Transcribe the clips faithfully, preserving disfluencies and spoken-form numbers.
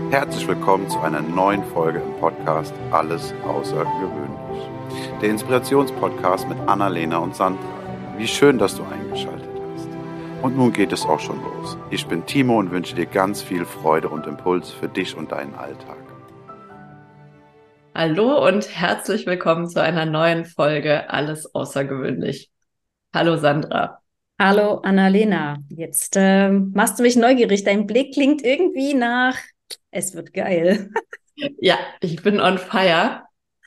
Herzlich willkommen zu einer neuen Folge im Podcast Alles Außergewöhnlich. Der Inspirationspodcast mit Annalena und Sandra. Wie schön, dass du eingeschaltet hast. Und nun geht es auch schon los. Ich bin Timo und wünsche dir ganz viel Freude und Impuls für dich und deinen Alltag. Hallo und herzlich willkommen zu einer neuen Folge Alles Außergewöhnlich. Hallo Sandra. Hallo Annalena, jetzt ähm, machst du mich neugierig. Dein Blick klingt irgendwie nach, es wird geil. Ja, ich bin on fire.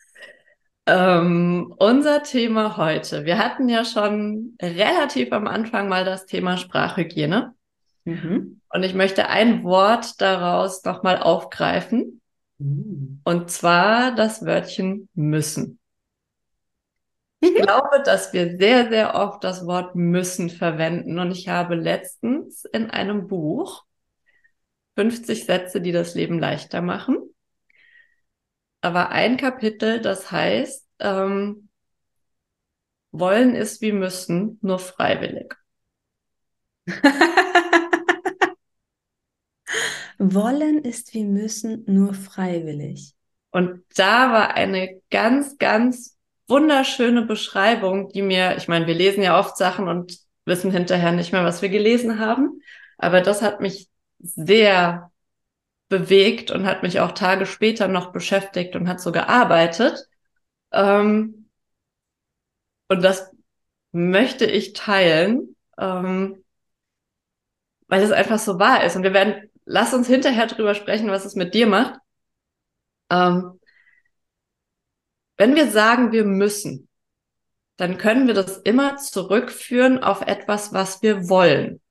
Ähm, unser Thema heute. Wir hatten ja schon relativ am Anfang mal das Thema Sprachhygiene. Mhm. Und ich möchte ein Wort daraus nochmal aufgreifen. Mhm. Und zwar das Wörtchen müssen. Ich glaube, dass wir sehr, sehr oft das Wort müssen verwenden. Und ich habe letztens in einem Buch fünfzig Sätze, die das Leben leichter machen. Da war ein Kapitel, das heißt, ähm, wollen ist wie müssen, nur freiwillig. Wollen ist wie müssen, nur freiwillig. Und da war eine ganz, ganz wunderschöne Beschreibung, die mir, ich meine, wir lesen ja oft Sachen und wissen hinterher nicht mehr, was wir gelesen haben. Aber das hat mich sehr bewegt und hat mich auch Tage später noch beschäftigt und hat so gearbeitet. Ähm, und das möchte ich teilen, ähm, weil es einfach so wahr ist. Und wir werden, lass uns hinterher drüber sprechen, was es mit dir macht. Ähm, wenn wir sagen, wir müssen, dann können wir das immer zurückführen auf etwas, was wir wollen.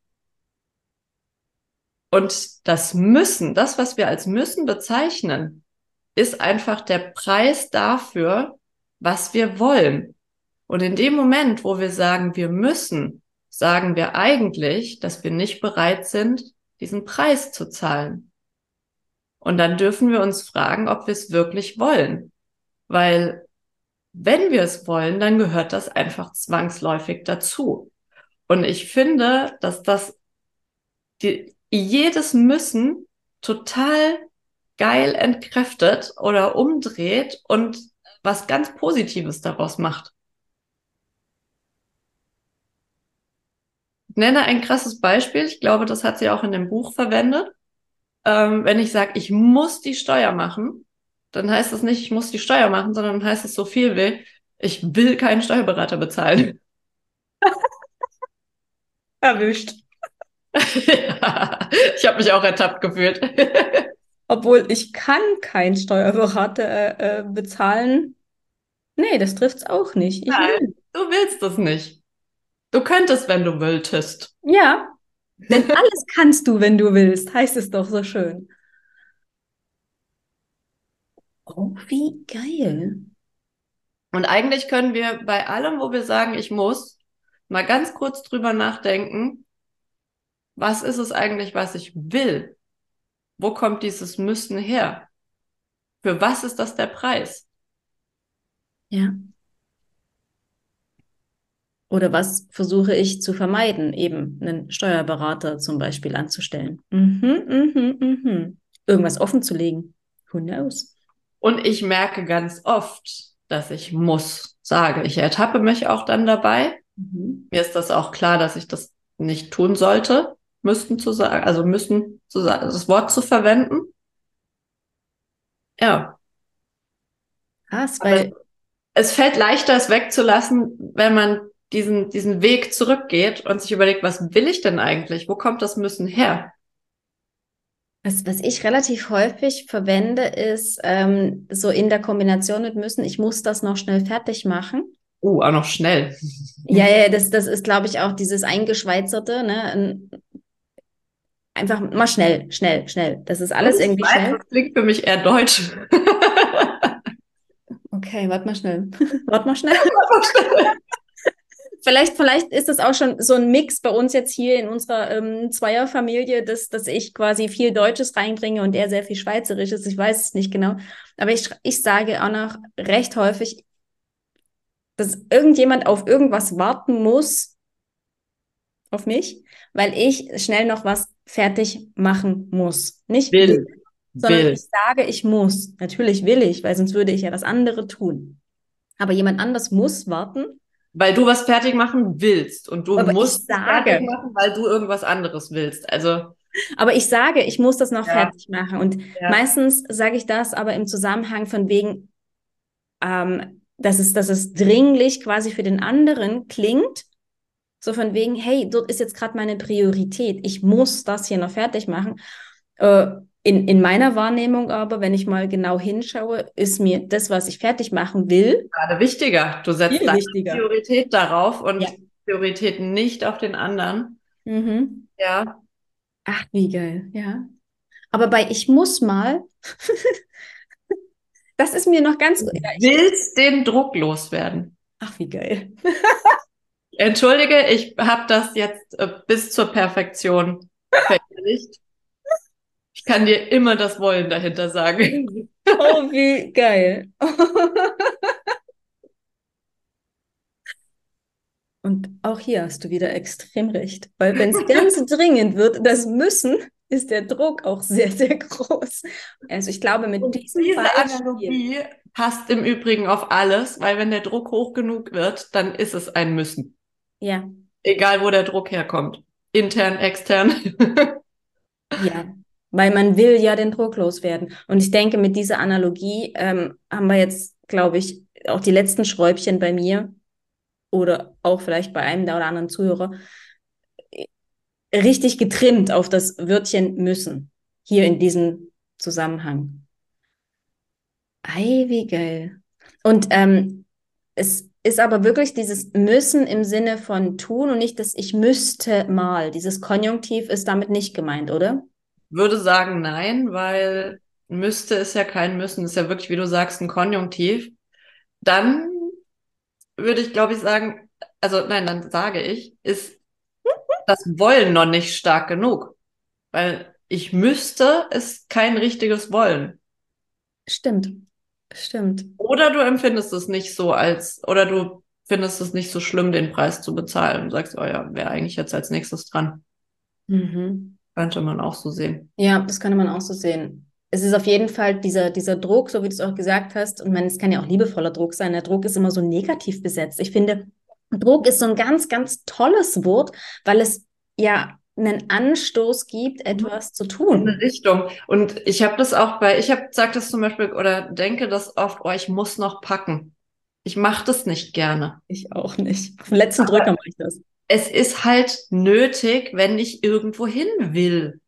Und das Müssen, das, was wir als Müssen bezeichnen, ist einfach der Preis dafür, was wir wollen. Und in dem Moment, wo wir sagen, wir müssen, sagen wir eigentlich, dass wir nicht bereit sind, diesen Preis zu zahlen. Und dann dürfen wir uns fragen, ob wir es wirklich wollen. Weil wenn wir es wollen, dann gehört das einfach zwangsläufig dazu. Und ich finde, dass das die, jedes Müssen total geil entkräftet oder umdreht und was ganz Positives daraus macht. Ich nenne ein krasses Beispiel. Ich glaube, das hat sie auch in dem Buch verwendet. Ähm, wenn ich sage, ich muss die Steuer machen, dann heißt das nicht, ich muss die Steuer machen, sondern dann heißt es so viel wie, ich will keinen Steuerberater bezahlen. Erwischt. Ja, ich habe mich auch ertappt gefühlt. Obwohl ich kann keinen Steuerberater äh, äh, bezahlen. Nee, das trifft's auch nicht. Ich Nein, will. du willst es nicht. Du könntest, wenn du wolltest. Ja, denn alles kannst du, wenn du willst, heißt es doch so schön. Oh, wie geil. Und eigentlich können wir bei allem, wo wir sagen, ich muss, mal ganz kurz drüber nachdenken, was ist es eigentlich, was ich will? Wo kommt dieses Müssen her? Für was ist das der Preis? Ja. Oder was versuche ich zu vermeiden? Eben einen Steuerberater zum Beispiel anzustellen. Mhm, mhm, mhm. Irgendwas offen zu legen. Who knows? Und ich merke ganz oft, dass ich muss sage. Ich ertappe mich auch dann dabei. Mhm. Mir ist das auch klar, dass ich das nicht tun sollte, müssten zu sagen, also müssen zu sagen, das Wort zu verwenden. Ja. Krass, Aber weil es fällt leichter, es wegzulassen, wenn man diesen, diesen Weg zurückgeht und sich überlegt, was will ich denn eigentlich? Wo kommt das Müssen her? was, was ich relativ häufig verwende, ist ähm, so in der Kombination mit müssen, ich muss das noch schnell fertig machen. Uh, auch noch schnell. Ja, ja, das, das ist, glaube ich, auch dieses Eingeschweizerte, ne? Ein- Einfach mal schnell, schnell, schnell. Das ist Und alles ich irgendwie weiß, schnell. das klingt für mich eher deutsch. Okay, warte mal schnell. Warte mal schnell. Vielleicht, vielleicht ist es auch schon so ein Mix bei uns jetzt hier in unserer ähm, Zweierfamilie, dass, dass ich quasi viel Deutsches reinbringe und er sehr viel Schweizerisches. Ich weiß es nicht genau. Aber ich, ich sage auch noch recht häufig, dass irgendjemand auf irgendwas warten muss, auf mich, weil ich schnell noch was fertig machen muss. Nicht will. Will. sondern will. ich sage, ich muss. Natürlich will ich, weil sonst würde ich ja das andere tun. Aber jemand anders muss warten, Weil du was fertig machen willst und du aber ich musst es fertig sage, machen, weil du irgendwas anderes willst. Also, aber ich sage, ich muss das noch ja, fertig machen. Und ja. meistens sage ich das aber im Zusammenhang von wegen, ähm, dass es, dass es dringlich quasi für den anderen klingt. So von wegen, hey, dort ist jetzt gerade meine Priorität. Ich muss das hier noch fertig machen. Äh, in, in meiner Wahrnehmung aber, wenn ich mal genau hinschaue, ist mir das, was ich fertig machen will, Gerade wichtiger. Du setzt viel deine wichtiger. Priorität darauf Ja. und Priorität nicht auf den anderen. Mhm. Ja. Ach, wie geil, ja. Aber bei ich muss mal, das ist mir noch ganz, Du ja, ich, ich, willst den Druck loswerden. ach, wie geil. Entschuldige, ich habe das jetzt äh, bis zur Perfektion verinnerlicht. Ich kann dir immer das Wollen dahinter sagen. Oh, wie geil. Und auch hier hast du wieder extrem recht, weil wenn es ganz dringend wird, das Müssen, ist der Druck auch sehr, sehr groß. Also ich glaube, mit Und diesem diese Beispiel, Analogie passt im Übrigen auf alles, weil wenn der Druck hoch genug wird, dann ist es ein Müssen. ja, Egal, wo der Druck herkommt. Intern, extern. ja, weil man will ja den Druck loswerden. Und ich denke, mit dieser Analogie ähm, haben wir jetzt, glaube ich, auch die letzten Schräubchen bei mir oder auch vielleicht bei einem der oder anderen Zuhörer richtig getrimmt auf das Wörtchen müssen. Hier in diesem Zusammenhang. Ei, wie geil. Und ähm, es ist aber wirklich dieses Müssen im Sinne von tun und nicht das Ich müsste mal. Dieses Konjunktiv ist damit nicht gemeint, oder? Würde sagen nein, weil müsste ist ja kein Müssen, ist ja wirklich, wie du sagst, ein Konjunktiv. Dann würde ich, glaube ich, sagen, also nein, dann sage ich, ist das Wollen noch nicht stark genug. Weil ich müsste ist kein richtiges Wollen. Stimmt. Stimmt. Oder du empfindest es nicht so als, oder du findest es nicht so schlimm, den Preis zu bezahlen. Du sagst, oh ja, wäre eigentlich jetzt als nächstes dran. Mhm. Könnte man auch so sehen. Ja, das kann man auch so sehen. Es ist auf jeden Fall dieser, dieser Druck, so wie du es auch gesagt hast, und man, es kann ja auch liebevoller Druck sein. Der Druck ist immer so negativ besetzt. Ich finde, Druck ist so ein ganz, ganz tolles Wort, weil es ja einen Anstoß gibt, etwas zu In eine tun. Richtung. Und ich habe das auch bei, ich habe, sag das zum Beispiel oder denke das oft, oh, ich muss noch packen. Ich mache das nicht gerne. Ich auch nicht. Auf den letzten Drücker mache ich das. Es ist halt nötig, wenn ich irgendwo hin will.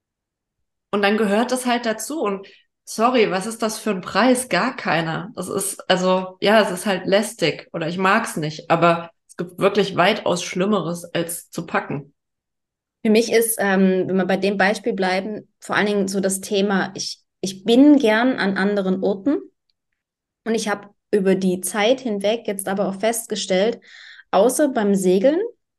Und dann gehört das halt dazu. Und sorry, was ist das für ein Preis? Gar keiner. Das ist, also, ja, es ist halt lästig oder ich mag's nicht. Aber es gibt wirklich weitaus Schlimmeres als zu packen. Für mich ist, ähm, wenn wir bei dem Beispiel bleiben, vor allen Dingen so das Thema, ich, ich bin gern an anderen Orten und ich habe über die Zeit hinweg jetzt aber auch festgestellt, außer beim Segeln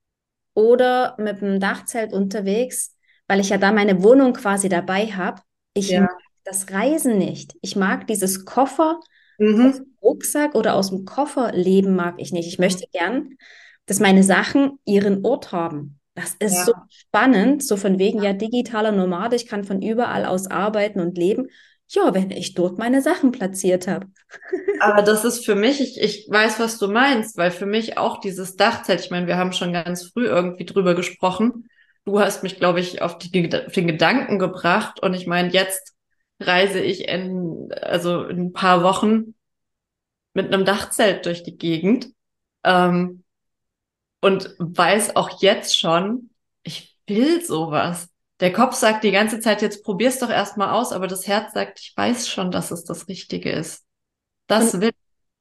oder mit dem Dachzelt unterwegs, weil ich ja da meine Wohnung quasi dabei habe, ich mag Ja. das Reisen nicht. Ich mag dieses Koffer aus Mhm. dem Rucksack oder aus dem Koffer leben mag ich nicht. Ich möchte gern, dass meine Sachen ihren Ort haben. Das ist so Ja. spannend, so von wegen ja digitaler Nomade, ich kann von überall aus arbeiten und leben. Ja, wenn ich dort meine Sachen platziert habe. Aber das ist für mich, ich, ich weiß, was du meinst, weil für mich auch dieses Dachzelt, ich meine, wir haben schon ganz früh irgendwie drüber gesprochen. Du hast mich, glaube ich, auf, die, auf den Gedanken gebracht und ich meine, jetzt reise ich in, also in ein paar Wochen mit einem Dachzelt durch die Gegend, ähm, und weiß auch jetzt schon, ich will sowas. Der Kopf sagt die ganze Zeit, jetzt probier's doch erstmal aus, aber das Herz sagt, ich weiß schon, dass es das Richtige ist. Und Das will.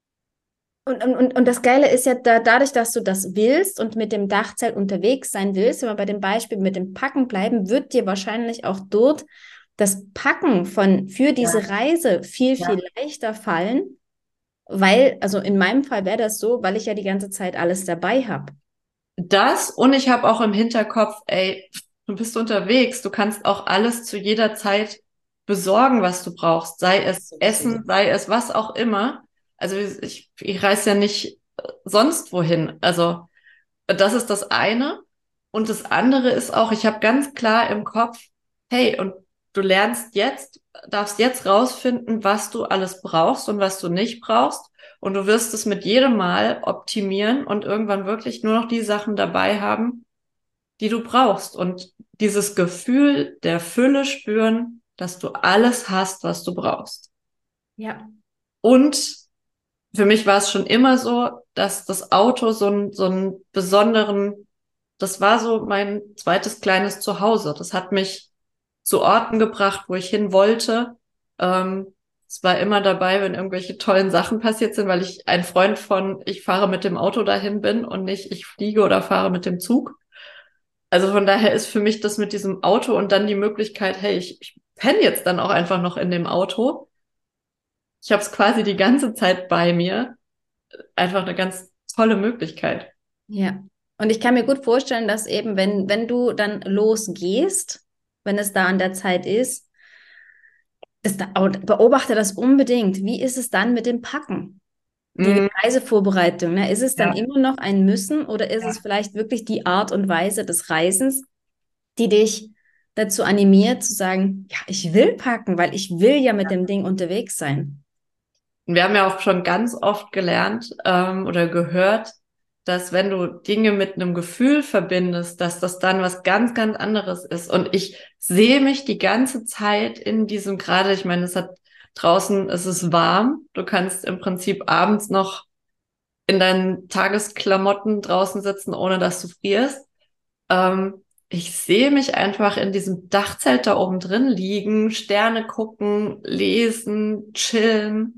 Und, und, und und das Geile ist ja, da, dadurch, dass du das willst und mit dem Dachzelt unterwegs sein willst, wenn wir bei dem Beispiel mit dem Packen bleiben, wird dir wahrscheinlich auch dort das Packen von für Ja, diese Reise viel, ja. viel leichter fallen, weil, also in meinem Fall wäre das so, weil ich ja die ganze Zeit alles dabei habe. Das und ich habe auch im Hinterkopf, ey, du bist unterwegs, du kannst auch alles zu jeder Zeit besorgen, was du brauchst, sei es Sowieso. Essen, sei es was auch immer. Also ich, ich reise ja nicht äh, sonst wohin. Also das ist das eine. Und das andere ist auch, ich habe ganz klar im Kopf, hey, und du lernst jetzt, darfst jetzt rausfinden, was du alles brauchst und was du nicht brauchst. Und du wirst es mit jedem Mal optimieren und irgendwann wirklich nur noch die Sachen dabei haben, die du brauchst. Und dieses Gefühl der Fülle spüren, dass du alles hast, was du brauchst. Ja. Und für mich war es schon immer so, dass das Auto so einen, so einen besonderen, das war so mein zweites kleines Zuhause. Das hat mich zu Orten gebracht, wo ich hin wollte. Ähm, es war immer dabei, wenn irgendwelche tollen Sachen passiert sind, weil ich ein Freund von, ich fahre mit dem Auto dahin bin und nicht, ich fliege oder fahre mit dem Zug. Also von daher ist für mich das mit diesem Auto und dann die Möglichkeit, hey, ich, ich penne jetzt dann auch einfach noch in dem Auto. Ich habe es quasi die ganze Zeit bei mir. Einfach eine ganz tolle Möglichkeit. Ja. Und ich kann mir gut vorstellen, dass eben, wenn, wenn du dann losgehst, wenn es da an der Zeit ist, ist da, und beobachte das unbedingt. Wie ist es dann mit dem Packen? Die Mm, Reisevorbereitung, ne? Ist es dann ja. immer noch ein Müssen oder ist Ja. es vielleicht wirklich die Art und Weise des Reisens, die dich dazu animiert zu sagen, ja, ich will packen, weil ich will ja mit dem Ding unterwegs sein. Und wir haben ja auch schon ganz oft gelernt ähm, oder gehört, dass wenn du Dinge mit einem Gefühl verbindest, dass das dann was ganz, ganz anderes ist. Und ich sehe mich die ganze Zeit in diesem, gerade, ich meine, es hat draußen, es ist warm. Du kannst im Prinzip abends noch in deinen Tagesklamotten draußen sitzen, ohne dass du frierst. Ähm, ich sehe mich einfach in diesem Dachzelt da oben drin liegen, Sterne gucken, lesen, chillen.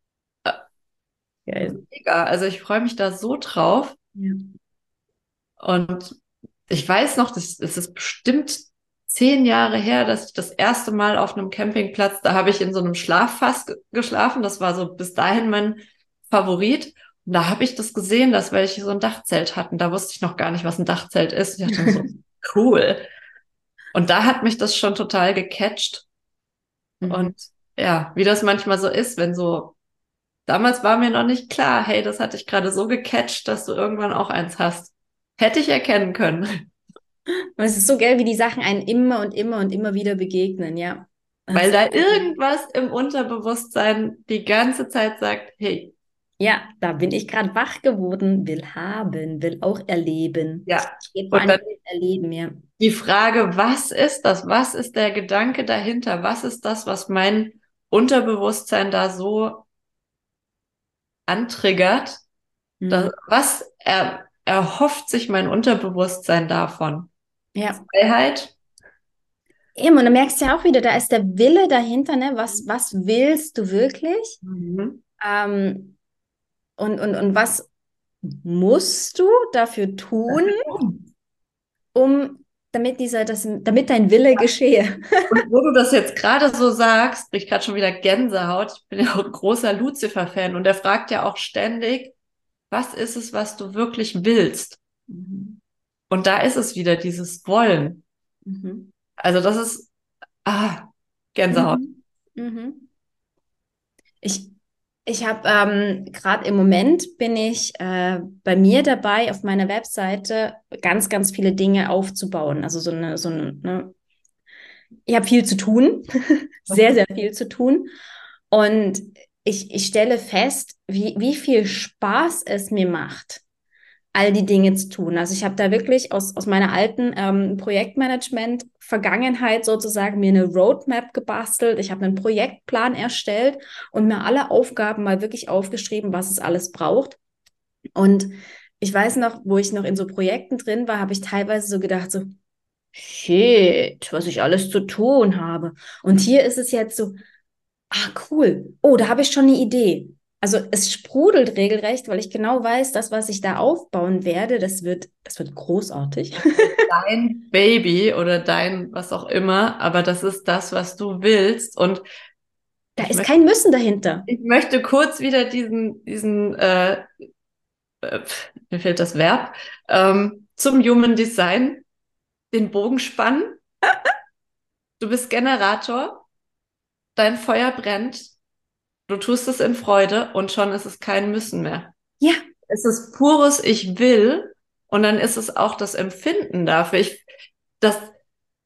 Geil. Mega. Also ich freue mich da so drauf. Ja. Und ich weiß noch, das, das ist bestimmt zehn Jahre her, dass ich das erste Mal auf einem Campingplatz, da habe ich in so einem Schlaffass ge- geschlafen. Das war so bis dahin mein Favorit. Und da habe ich das gesehen, dass welche so ein Dachzelt hatten. Da wusste ich noch gar nicht, was ein Dachzelt ist. Ich dachte mir so, cool. Und da hat mich das schon total gecatcht. Mhm. Und ja, wie das manchmal so ist, wenn so, damals war mir noch nicht klar, hey, das hat dich gerade so gecatcht, dass du irgendwann auch eins hast. Hätte ich erkennen können. Und es ist so geil, wie die Sachen einen immer und immer und immer wieder begegnen, ja. Das Weil ist da also, irgendwas im Unterbewusstsein die ganze Zeit sagt, hey, ja, da bin ich gerade wach geworden, will haben, will auch erleben. ja. Geht vor Und allem dann ums Erleben, ja. die Frage, was ist das? Was ist der Gedanke dahinter? Was ist das, was mein Unterbewusstsein da so antriggert? Mhm. Da, was er, erhofft sich mein Unterbewusstsein davon? Ja. Freiheit? Eben, und du merkst ja auch wieder, da ist der Wille dahinter, ne? Was, was willst du wirklich? Mhm. Ähm, und, und, und was musst du dafür tun, um damit dieser, das, damit dein Wille geschehe? Und wo du das jetzt gerade so sagst, krieg ich gerade schon wieder Gänsehaut. Ich bin ja auch ein großer Lucifer-Fan und der fragt ja auch ständig, was ist es, was du wirklich willst? Mhm. Und da ist es wieder dieses Wollen. Mhm. Also das ist, ah, Gänsehaut. Mhm. Mhm. Ich, ich habe ähm, gerade im Moment bin ich äh, bei mir dabei, auf meiner Webseite ganz, ganz viele Dinge aufzubauen. Also so eine, so eine, ne? Ich habe viel zu tun, sehr, sehr viel zu tun. Und ich, ich stelle fest, wie, wie viel Spaß es mir macht, all die Dinge zu tun. Also ich habe da wirklich aus, aus meiner alten ähm, Projektmanagement-Vergangenheit sozusagen mir eine Roadmap gebastelt. Ich habe einen Projektplan erstellt und mir alle Aufgaben mal wirklich aufgeschrieben, was es alles braucht. Und ich weiß noch, wo ich noch in so Projekten drin war, habe ich teilweise so gedacht, so, shit, was ich alles zu tun habe. Und hier ist es jetzt so, ah, cool. Oh, da habe ich schon eine Idee. Also es sprudelt regelrecht, weil ich genau weiß, das, was ich da aufbauen werde, das wird, das wird großartig. Dein Baby oder dein was auch immer, aber das ist das, was du willst. Und Da ich ist möchte, kein Müssen dahinter. ich möchte kurz wieder diesen, diesen, äh, äh, mir fehlt das Verb, ähm, zum Human Design den Bogen spannen. Du bist Generator, dein Feuer brennt, du tust es in Freude und schon ist es kein Müssen mehr. Ja, Es ist pures Ich will und dann ist es auch das Empfinden dafür. Ich, das,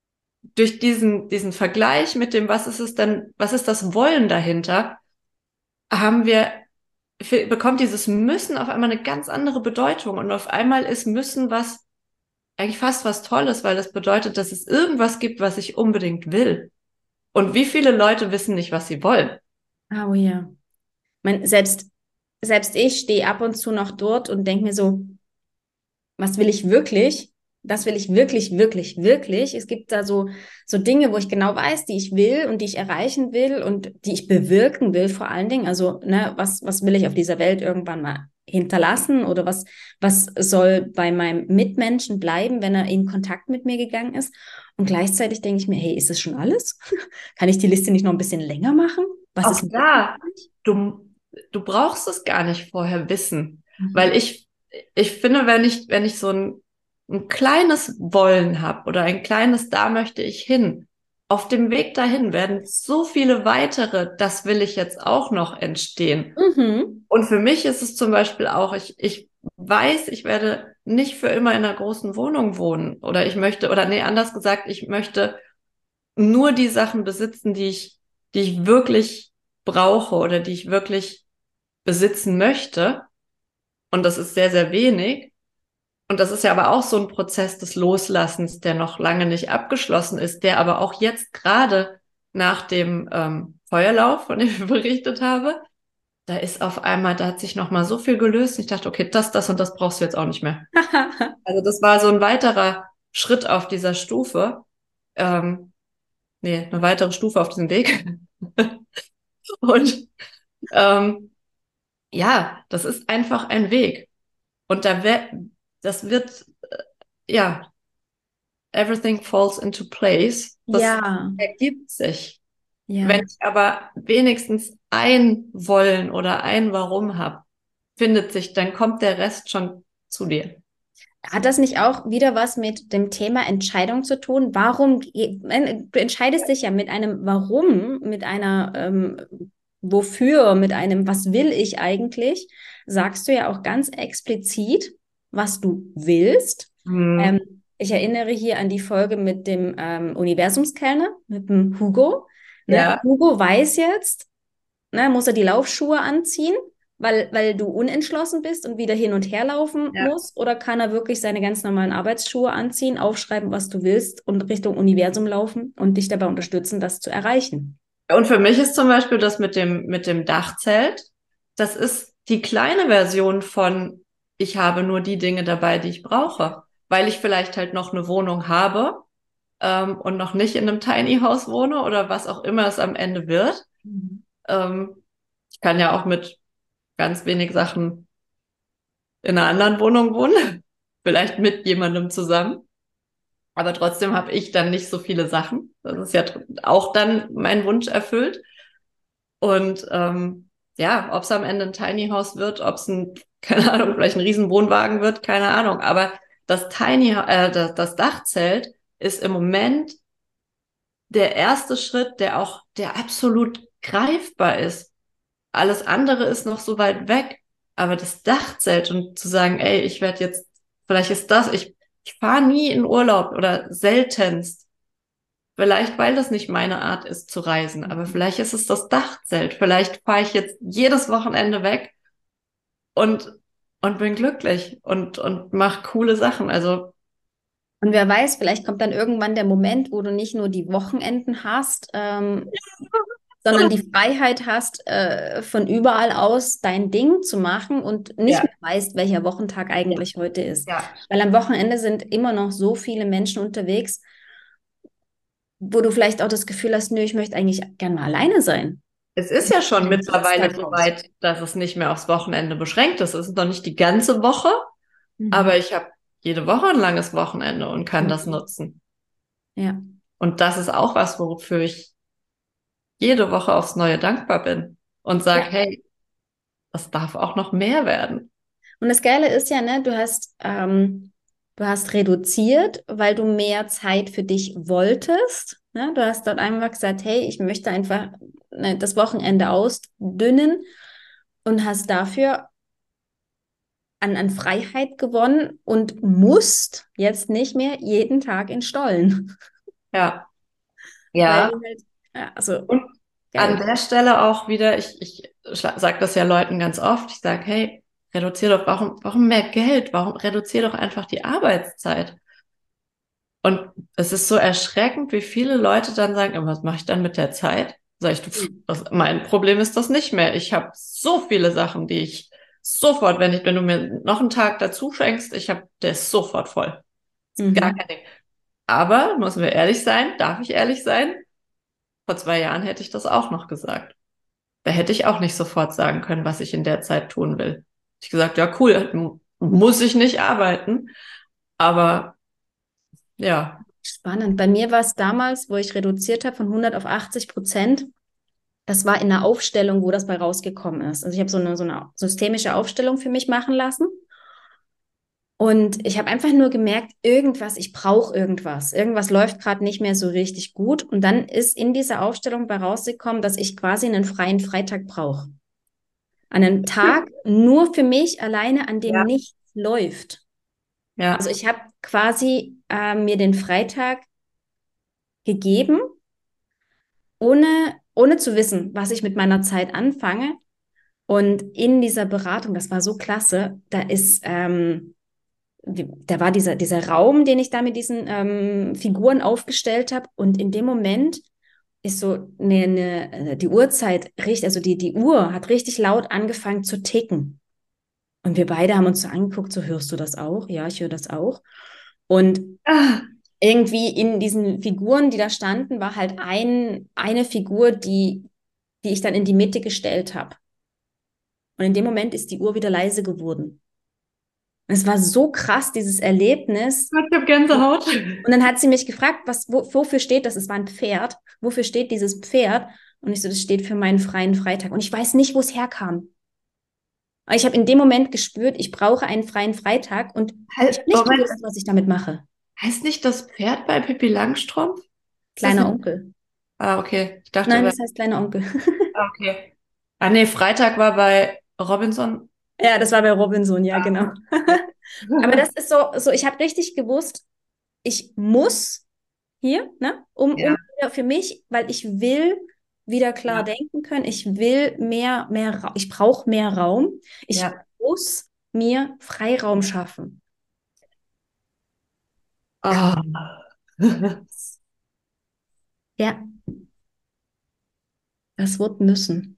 durch diesen, diesen Vergleich mit dem, was ist es denn, was ist das Wollen dahinter, haben wir, bekommt dieses Müssen auf einmal eine ganz andere Bedeutung. Und auf einmal ist Müssen was, eigentlich fast was Tolles, weil das bedeutet, dass es irgendwas gibt, was ich unbedingt will. Und wie viele Leute wissen nicht, was sie wollen? Oh ja. Mein, selbst, selbst ich stehe ab und zu noch dort und denke mir so, was will ich wirklich? Das will ich wirklich, wirklich, wirklich. Es gibt da so, so Dinge, wo ich genau weiß, die ich will und die ich erreichen will und die ich bewirken will, vor allen Dingen. Also, ne, was, was will ich auf dieser Welt irgendwann mal hinterlassen oder was, was soll bei meinem Mitmenschen bleiben, wenn er in Kontakt mit mir gegangen ist? Und gleichzeitig denke ich mir, hey, ist das schon alles? Kann ich die Liste nicht noch ein bisschen länger machen? Was Auch ist da, du, du brauchst es gar nicht vorher wissen, Mhm. weil ich, ich finde, wenn ich, wenn ich so ein, ein kleines Wollen habe oder ein kleines, da möchte ich hin, auf dem Weg dahin werden so viele weitere, das will ich jetzt auch noch entstehen. Mhm. Und für mich ist es zum Beispiel auch, ich, ich weiß, ich werde nicht für immer in einer großen Wohnung wohnen oder ich möchte, oder nee, anders gesagt, ich möchte nur die Sachen besitzen, die ich, die ich wirklich brauche oder die ich wirklich besitzen möchte. Und das ist sehr, sehr wenig. Und das ist ja aber auch so ein Prozess des Loslassens, der noch lange nicht abgeschlossen ist, der aber auch jetzt gerade nach dem ähm, Feuerlauf, von dem ich berichtet habe, da ist auf einmal, da hat sich noch mal so viel gelöst. Ich dachte, okay, das, das und das brauchst du jetzt auch nicht mehr. Also das war so ein weiterer Schritt auf dieser Stufe. Ähm, nee, eine weitere Stufe auf diesem Weg. Und ähm, ja, das ist einfach ein Weg. Und da wird, das wird, äh, ja, everything falls into place. Das Ja, ergibt sich. Wenn ja. ich aber wenigstens ein Wollen oder ein Warum habe, findet sich, dann kommt der Rest schon zu dir. Hat das nicht auch wieder was mit dem Thema Entscheidung zu tun? Warum, ge- wenn- du entscheidest dich ja mit einem Warum, mit einer ähm, Wofür, mit einem Was will ich eigentlich, sagst du ja auch ganz explizit, was du willst. Hm. Ähm, ich erinnere hier an die Folge mit dem ähm, Universumskellner, mit dem Hugo. Ne? Ja, Hugo weiß jetzt, ne, muss er die Laufschuhe anziehen, weil, weil du unentschlossen bist und wieder hin und her laufen ja. musst? Oder kann er wirklich seine ganz normalen Arbeitsschuhe anziehen, aufschreiben, was du willst und Richtung Universum laufen und dich dabei unterstützen, das zu erreichen? Und für mich ist zum Beispiel das mit dem, mit dem Dachzelt, das ist die kleine Version von, ich habe nur die Dinge dabei, die ich brauche, weil ich vielleicht halt noch eine Wohnung habe, ähm, und noch nicht in einem Tiny House wohne oder was auch immer es am Ende wird. Mhm. Ähm, ich kann ja auch mit ganz wenig Sachen in einer anderen Wohnung wohnen, vielleicht mit jemandem zusammen. Aber trotzdem habe ich dann nicht so viele Sachen. Das ist ja tr- auch dann mein Wunsch erfüllt. Und ähm, ja, ob es am Ende ein Tiny House wird, ob es ein, keine Ahnung, vielleicht ein Riesenwohnwagen wird, keine Ahnung. Aber das Tiny, äh, das, das Dachzelt ist im Moment der erste Schritt, der auch, der absolut greifbar ist. Alles andere ist noch so weit weg. Aber das Dachzelt und zu sagen, ey, ich werde jetzt, vielleicht ist das, ich, ich fahre nie in Urlaub oder seltenst. Vielleicht, weil das nicht meine Art ist zu reisen, aber vielleicht ist es das Dachzelt. Vielleicht fahre ich jetzt jedes Wochenende weg und, und bin glücklich und, und mache coole Sachen. Also, Und wer weiß, vielleicht kommt dann irgendwann der Moment, wo du nicht nur die Wochenenden hast, ähm, sondern die Freiheit hast, äh, von überall aus dein Ding zu machen und nicht ja, mehr weißt, welcher Wochentag eigentlich heute ist. ja. Weil am Wochenende sind immer noch so viele Menschen unterwegs, wo du vielleicht auch das Gefühl hast, nö, ich möchte eigentlich gern mal alleine sein. Es ist ja schon Ein mittlerweile Dienstag so raus. weit, dass es nicht mehr aufs Wochenende beschränkt ist. Es ist noch nicht die ganze Woche, Mhm. aber ich habe jede Woche ein langes Wochenende und kann das Mhm. nutzen. Ja. Und das ist auch was, wofür ich jede Woche aufs Neue dankbar bin und sage, Ja. hey, das darf auch noch mehr werden. Und das Geile ist ja, ne, du hast, ähm, du hast reduziert, weil du mehr Zeit für dich wolltest. Ne? Du hast dort einfach gesagt, hey, ich möchte einfach, ne, das Wochenende ausdünnen und hast dafür an, an Freiheit gewonnen und musst jetzt nicht mehr jeden Tag in Stollen. Ja. Weil Ja, wir halt, ja, also und an geil. der Stelle auch wieder, ich, ich sage das ja Leuten ganz oft, ich sage, hey, reduzier doch, warum, warum mehr Geld? Warum reduzier doch einfach die Arbeitszeit? Und es ist so erschreckend, wie viele Leute dann sagen, "Ja, was mache ich dann mit der Zeit?" Sag ich, du, pff, Mhm. das, mein Problem ist das nicht mehr. Ich habe so viele Sachen, die ich sofort, wenn ich, wenn du mir noch einen Tag dazu schenkst, ich habe, der ist sofort voll. Gar Mhm. kein Ding. Aber, müssen wir ehrlich sein, darf ich ehrlich sein? Vor zwei Jahren hätte ich das auch noch gesagt. Da hätte ich auch nicht sofort sagen können, was ich in der Zeit tun will. Ich gesagt, ja, cool, muss ich nicht arbeiten. Aber ja, Spannend. Bei mir war es damals, wo ich reduziert habe von hundert auf achtzig Prozent. Das war in der Aufstellung, wo das bei rausgekommen ist. Also ich habe so eine, so eine systemische Aufstellung für mich machen lassen. Und ich habe einfach nur gemerkt, irgendwas, ich brauche irgendwas. Irgendwas läuft gerade nicht mehr so richtig gut. Und dann ist in dieser Aufstellung bei rausgekommen, dass ich quasi einen freien Freitag brauche. Einen Tag nur für mich alleine, an dem ja, nichts läuft. Also ja. ich habe quasi äh, mir den Freitag gegeben, ohne, ohne zu wissen, was ich mit meiner Zeit anfange. Und in dieser Beratung, das war so klasse, da ist, ähm, wie- da war dieser, dieser Raum, den ich da mit diesen ähm, Figuren aufgestellt habe. Und in dem Moment ist so eine, eine, äh, die Uhrzeit, richtig, also die, die Uhr hat richtig laut angefangen zu ticken. Und wir beide haben uns so angeguckt, so hörst du das auch? Ja, ich höre das auch. Und Ah, irgendwie in diesen Figuren, die da standen, war halt ein, eine Figur, die, die ich dann in die Mitte gestellt habe. Und in dem Moment ist die Uhr wieder leise geworden. Und es war so krass, dieses Erlebnis. ich habe Gänsehaut. Und dann hat sie mich gefragt, was, wo, wofür steht das? Es war ein Pferd. Wofür steht dieses Pferd? Und ich so, das steht für meinen freien Freitag. Und ich weiß nicht, wo es herkam. Aber ich habe in dem Moment gespürt, ich brauche einen freien Freitag und ich habe Halt, nicht Moment, gewusst, was ich damit mache. heißt nicht das Pferd bei Pippi Langstrumpf? Ist das Kleiner nicht? Onkel. Ah, okay. Ich dachte, Nein, bei, das heißt kleiner Onkel. ah, okay. Ah, nee, Freitag war bei Robinson. Ja, das war bei Robinson, ja, genau. Okay. Aber das ist so, so ich habe richtig gewusst, ich muss hier, ne, um, um Ja, wieder für mich, weil ich will wieder klar ja, denken können. Ich will mehr, mehr, Ra- ich brauche mehr Raum. Ich ja. muss mir Freiraum schaffen. Ah. Ja, das Wort müssen.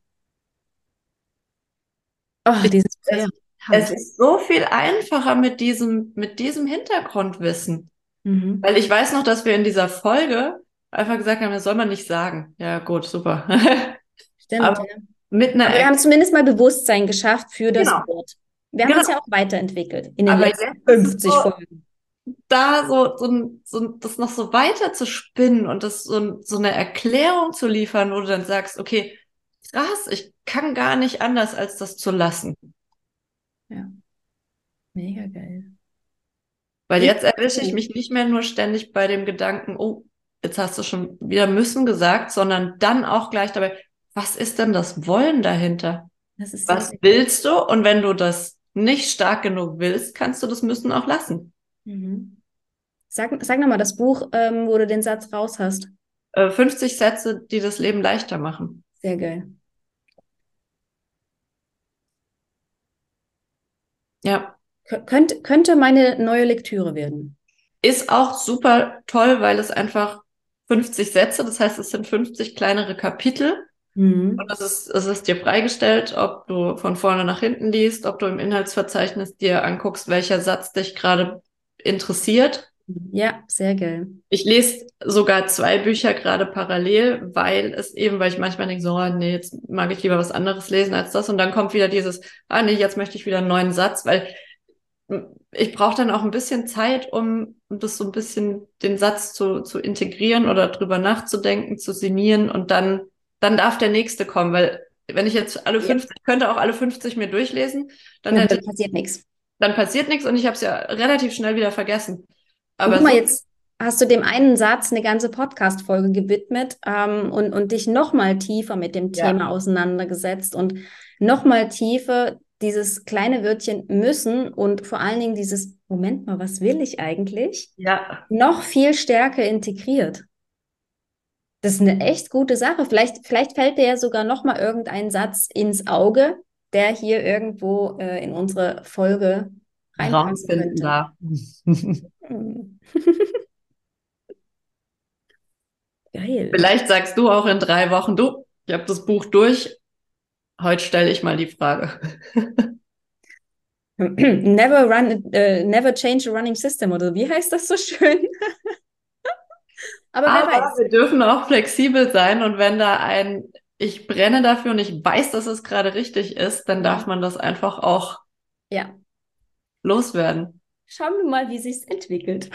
Oh, Ich, dieses es, Pferd. es Herrlich. ist so viel einfacher mit diesem, mit diesem Hintergrundwissen. Mhm. Weil ich weiß noch, dass wir in dieser Folge einfach gesagt haben, das soll man nicht sagen. Ja, gut, super. Stimmt, Aber ja. mit einer Aber wir haben Erklärung. zumindest mal Bewusstsein geschafft für das Genau, Wort. Wir haben uns genau. ja auch weiterentwickelt in den Aber letzten jetzt ist es fünfzig so, Folgen. da so, so, ein- so ein- das noch so weiter zu spinnen und das so, ein- so eine Erklärung zu liefern, wo du dann sagst, okay, krass, ich kann gar nicht anders, als das zu lassen. Ja, mega geil. Weil jetzt Richtig erwische ich cool. mich nicht mehr nur ständig bei dem Gedanken, oh, jetzt hast du schon wieder müssen gesagt, sondern dann auch gleich dabei, was ist denn das Wollen dahinter? Das ist sehr, Was sehr cool. willst du? Und wenn du das nicht stark genug willst, kannst du das Müssen auch lassen. Mhm. Sag, sag nochmal das Buch, ähm, wo du den Satz raus hast. Äh, fünfzig Sätze, die das Leben leichter machen. Sehr geil. Ja. Kö- Könnte, könnte meine neue Lektüre werden. Ist auch super toll, weil es einfach fünfzig Sätze, das heißt, es sind fünfzig kleinere Kapitel. Und Mhm. es ist, es ist dir freigestellt, ob du von vorne nach hinten liest, ob du im Inhaltsverzeichnis dir anguckst, welcher Satz dich gerade interessiert. Ja, sehr geil. Ich lese sogar zwei Bücher gerade parallel, weil es eben, weil ich manchmal denke, so, oh, nee, jetzt mag ich lieber was anderes lesen als das. Und dann kommt wieder dieses, ah nee, jetzt möchte ich wieder einen neuen Satz, weil ich brauche dann auch ein bisschen Zeit, um um das so ein bisschen den Satz zu, zu integrieren oder drüber nachzudenken, zu sinnieren und dann, dann darf der nächste kommen, weil wenn ich jetzt alle Ja. fünfzig, ich könnte auch alle fünfzig mir durchlesen, dann Ja, hätte dann ich, passiert nichts. dann passiert nichts und ich habe es ja relativ schnell wieder vergessen. Und Aber guck mal, so, jetzt hast du dem einen Satz eine ganze Podcast-Folge gewidmet, ähm, und, und dich nochmal tiefer mit dem ja, Thema auseinandergesetzt und nochmal tiefer dieses kleine Wörtchen müssen und vor allen Dingen dieses, Moment mal, was will ich eigentlich, ja, noch viel stärker integriert. Das ist eine echt gute Sache. Vielleicht, vielleicht fällt dir ja sogar noch mal irgendein Satz ins Auge, der hier irgendwo äh, in unsere Folge Raum reinpassen finden könnte. darf. Hm. Geil. Vielleicht sagst du auch in drei Wochen, du, ich habe das Buch durch, heute stelle ich mal die Frage. Never run, äh, never change a running system, oder wie heißt das so schön? Aber wer Aber weiß. wir dürfen auch flexibel sein und wenn da ein, ich brenne dafür und ich weiß, dass es gerade richtig ist, dann darf man das einfach auch Ja. loswerden. Schauen wir mal, wie sich's entwickelt.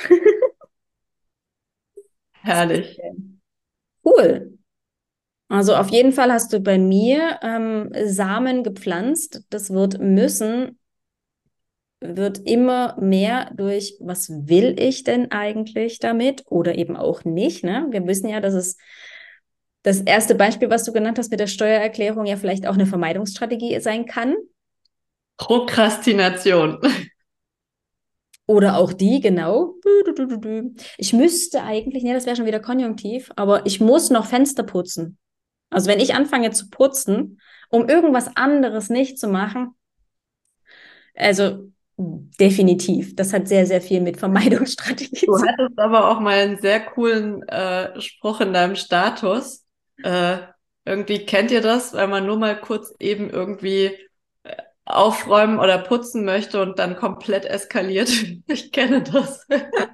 Herrlich. Cool. Also auf jeden Fall hast du bei mir ähm, Samen gepflanzt. Das wird müssen, wird immer mehr durch, was will ich denn eigentlich damit oder eben auch nicht. Ne? Wir wissen ja, dass es das erste Beispiel, was du genannt hast mit der Steuererklärung, ja vielleicht auch eine Vermeidungsstrategie sein kann. Prokrastination. Oder auch die, genau. Ich müsste eigentlich, ne, das wäre schon wieder Konjunktiv, aber ich muss noch Fenster putzen. Also wenn ich anfange zu putzen, um irgendwas anderes nicht zu machen, also definitiv, das hat sehr, sehr viel mit Vermeidungsstrategie Du zu tun. hattest aber auch mal einen sehr coolen äh, Spruch in deinem Status. Äh, irgendwie kennt ihr das, weil man nur mal kurz eben irgendwie äh, aufräumen oder putzen möchte und dann komplett eskaliert. Ich kenne das.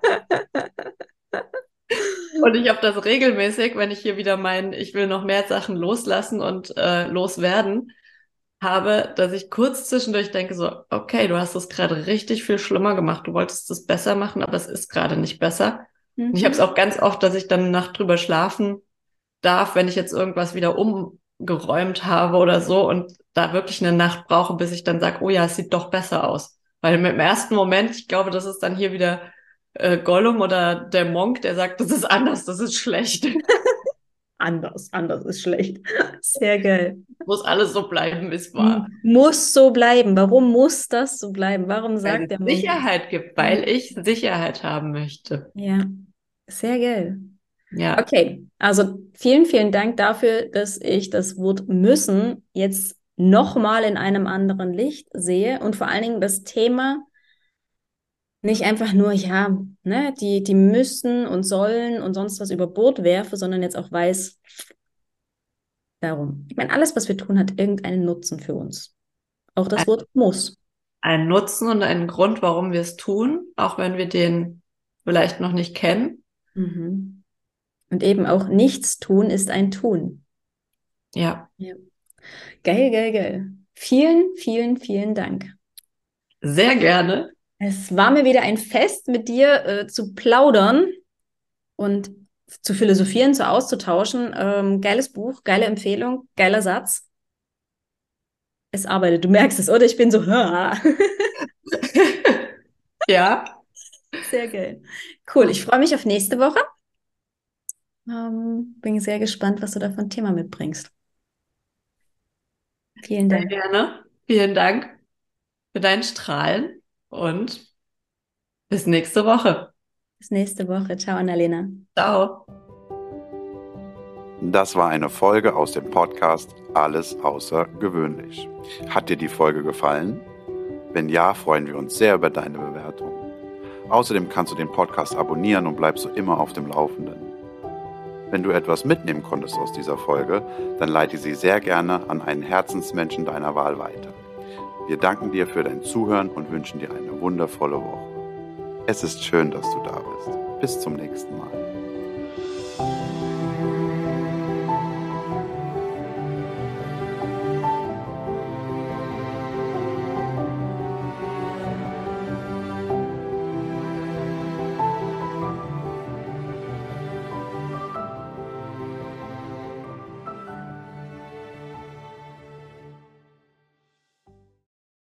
Und ich habe das regelmäßig, wenn ich hier wieder mein, ich will noch mehr Sachen loslassen und äh, loswerden, habe, dass ich kurz zwischendurch denke so, okay, du hast das gerade richtig viel schlimmer gemacht. Du wolltest es besser machen, aber es ist gerade nicht besser. Und ich habe es Mhm. auch ganz oft, dass ich dann eine Nacht drüber schlafen darf, wenn ich jetzt irgendwas wieder umgeräumt habe oder so und da wirklich eine Nacht brauche, bis ich dann sage, oh ja, es sieht doch besser aus. Weil mit dem ersten Moment, ich glaube, das ist dann hier wieder äh, Gollum oder der Monk, der sagt, das ist anders, das ist schlecht. Anders, anders ist schlecht. Sehr geil. Muss alles so bleiben, wie es war. M- Muss so bleiben. Warum muss das so bleiben? Warum Weil sagt der es Monk? Sicherheit gibt, weil ich Sicherheit haben möchte. Ja, sehr geil. Ja, Okay, also vielen, vielen Dank dafür, dass ich das Wort müssen jetzt nochmal in einem anderen Licht sehe und vor allen Dingen das Thema nicht einfach nur, ja, ne, die, die müssen und sollen und sonst was über Bord werfe, sondern jetzt auch weiß, darum. Ich meine, alles, was wir tun, hat irgendeinen Nutzen für uns. Auch das ein, Wort muss. ein Nutzen und einen Grund, warum wir es tun, auch wenn wir den vielleicht noch nicht kennen. Mhm. Und eben auch nichts tun ist ein Tun. Ja, Ja. Geil, geil, geil. Vielen, vielen, vielen Dank. sehr gerne. Es war mir wieder ein Fest, mit dir äh, zu plaudern und zu philosophieren, zu auszutauschen. Ähm, geiles Buch, geile Empfehlung, geiler Satz. Es arbeitet, du merkst es, oder? Ich bin so, Ja, sehr geil. Cool, ich freue mich auf nächste Woche. Ähm, bin sehr gespannt, was du da für ein Thema mitbringst. Vielen sehr Dank. gerne. Vielen Dank für dein Strahlen und bis nächste Woche. Bis nächste Woche. Ciao, Annalena. Ciao. Das war eine Folge aus dem Podcast Alles außergewöhnlich. Hat dir die Folge gefallen? Wenn ja, freuen wir uns sehr über deine Bewertung. Außerdem kannst du den Podcast abonnieren und bleibst so immer auf dem Laufenden. Wenn du etwas mitnehmen konntest aus dieser Folge, dann leite sie sehr gerne an einen Herzensmenschen deiner Wahl weiter. Wir danken dir für dein Zuhören und wünschen dir eine wundervolle Woche. Es ist schön, dass du da bist. Bis zum nächsten Mal.